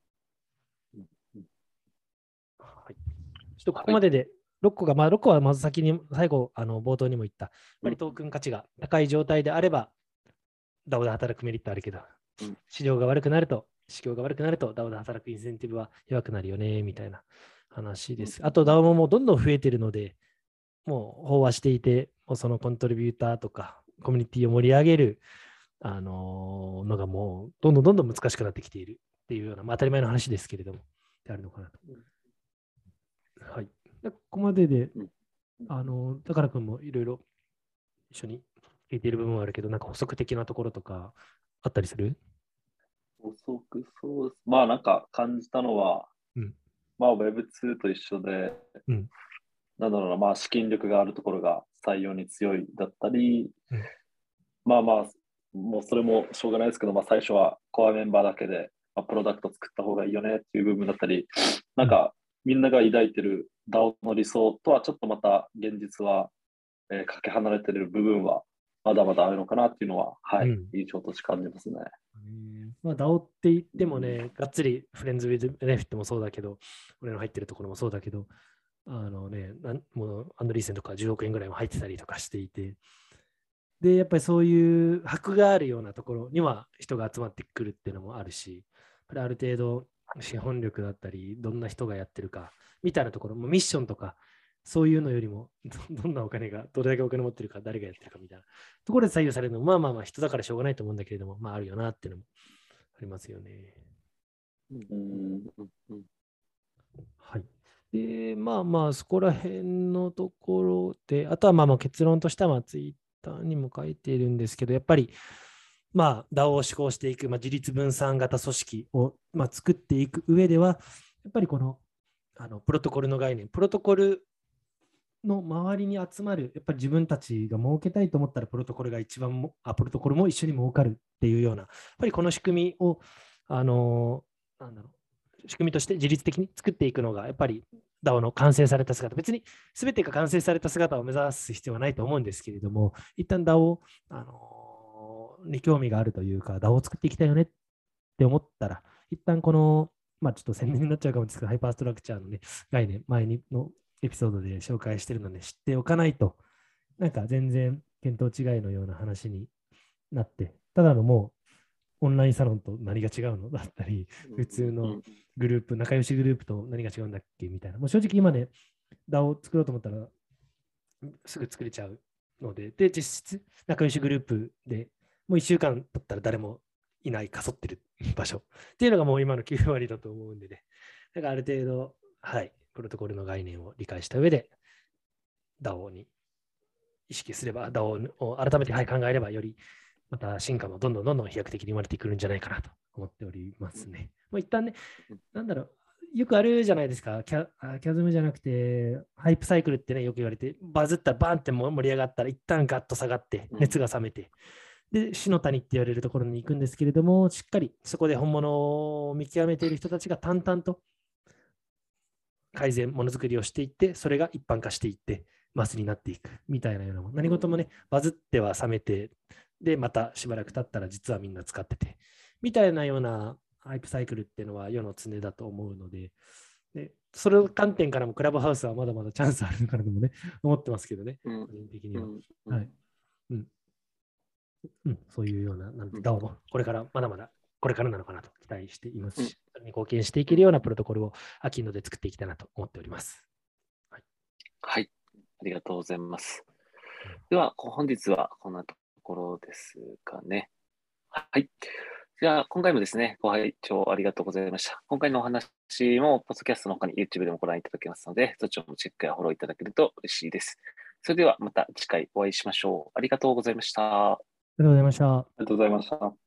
ちょっとここまでで、6個はまず先に、最後、冒頭にも言った、やっぱりトークン価値が高い状態であれば、DAO で働くメリットあるけど、市況が悪くなると、DAO で働くインセンティブは弱くなるよね、みたいな話です。あと DAO ももうどんどん増えてるので、もう飽和していて、もうそのコントリビューターとか、コミュニティを盛り上げる、のがもうどんどん難しくなってきているっていうような、当たり前の話ですけれども、であるのかなと。はい。ここまでで、高良君もいろいろ一緒に聞いている部分はあるけど、補足的なところとかあったりする？ 補足、そうです。感じたのは、Web2 と一緒で、資金力があるところが採用に強いだったり、 うんまあまあ、もうそれもしょうがないですけど、まあ、最初はコアメンバーだけで、まあ、プロダクト作った方がいいよねっていう部分だったり、なんかみんなが抱いてる DAO の理想とはちょっとまた現実は、かけ離れてる部分はまだまだあるのかなっていうのは、はい、印象として感じますね。 まあ、DAO って言ってもね、がっつりフレンズ・ウィズ・ベネフィットもそうだけど、俺の入ってるところもそうだけど、もうアンドリーセンとか10億円ぐらいも入ってたりとかしていて、で、やっぱりそういう箔があるようなところには人が集まってくるっていうのもあるし、ある程度資本力だったり、どんな人がやってるかみたいなところ、もミッションとか、そういうのよりもどんなお金が、どれだけお金持ってるか、誰がやってるかみたいなところで左右されるのも、まあ人だからしょうがないと思うんだけれども、まああるよなっていうのもありますよね。はい。で、そこら辺のところで、あとはまあ結論としてはツイッターにも書いているんですけど、やっぱりDAO を施行していく、自立分散型組織を作っていく上では、やっぱりこのプロトコルの概念、プロトコルの周りに集まる、やっぱり自分たちが儲けたいと思ったら、プロトコルが一番プロトコルも一緒に儲かるっていうような、やっぱりこの仕組みを、仕組みとして自律的に作っていくのが、やっぱり DAO の完成された姿、別に全てが完成された姿を目指す必要はないと思うんですけれども、一旦 DAO に興味があるというか、DAO を作っていきたいよねって思ったら、一旦この、ちょっと宣伝になっちゃうかもですけど、ハイパーストラクチャーの、ね、概念、前のエピソードで紹介してるので、知っておかないと、なんか全然見当違いのような話になって、ただのもうオンラインサロンと何が違うのだったり、普通のグループ、仲良しグループと何が違うんだっけみたいな。もう正直今ね、DAO を作ろうと思ったらすぐ作れちゃうので、で、実質仲良しグループでもう1週間経ったら誰もいない、かそってる場所っていうのがもう今の9割だと思うんでね。だからある程度、はい、プロトコルの概念を理解した上で、DAO に意識すれば、DAO を改めて、考えれば、よりまた進化もどんどん飛躍的に生まれてくるんじゃないかなと思っておりますね。もう一旦ね、よくあるじゃないですか、キャズムじゃなくて、ハイプサイクルってね、よく言われて、バズったらバーンって盛り上がったら、一旦ガッと下がって、熱が冷めて、で、死の谷って言われるところに行くんですけれども、しっかりそこで本物を見極めている人たちが淡々と改善、ものづくりをしていって、それが一般化していって、マスになっていくみたいなようなもの。何事もね、バズっては冷めて、で、またしばらく経ったら実はみんな使ってて、みたいなようなハイプサイクルっていうのは世の常だと思うので、その観点からもクラブハウスはまだまだチャンスあるのかなともね、思ってますけどね、個人的には。はい。そういうような、DAOもこれからまだまだこれからなのかなと期待していますし、それに貢献していけるようなプロトコルを秋ので作っていきたいなと思っております。 はい、ありがとうございます。では、本日はこんなところですかね。はい。じゃあ、今回もですね、ご拝聴ありがとうございました。今回のお話も、ポッドキャストの他に YouTube でもご覧いただけますので、そちらもチェックやフォローいただけると嬉しいです。それではまた次回お会いしましょう。ありがとうございました。 ありがとうございました。 ありがとうございました。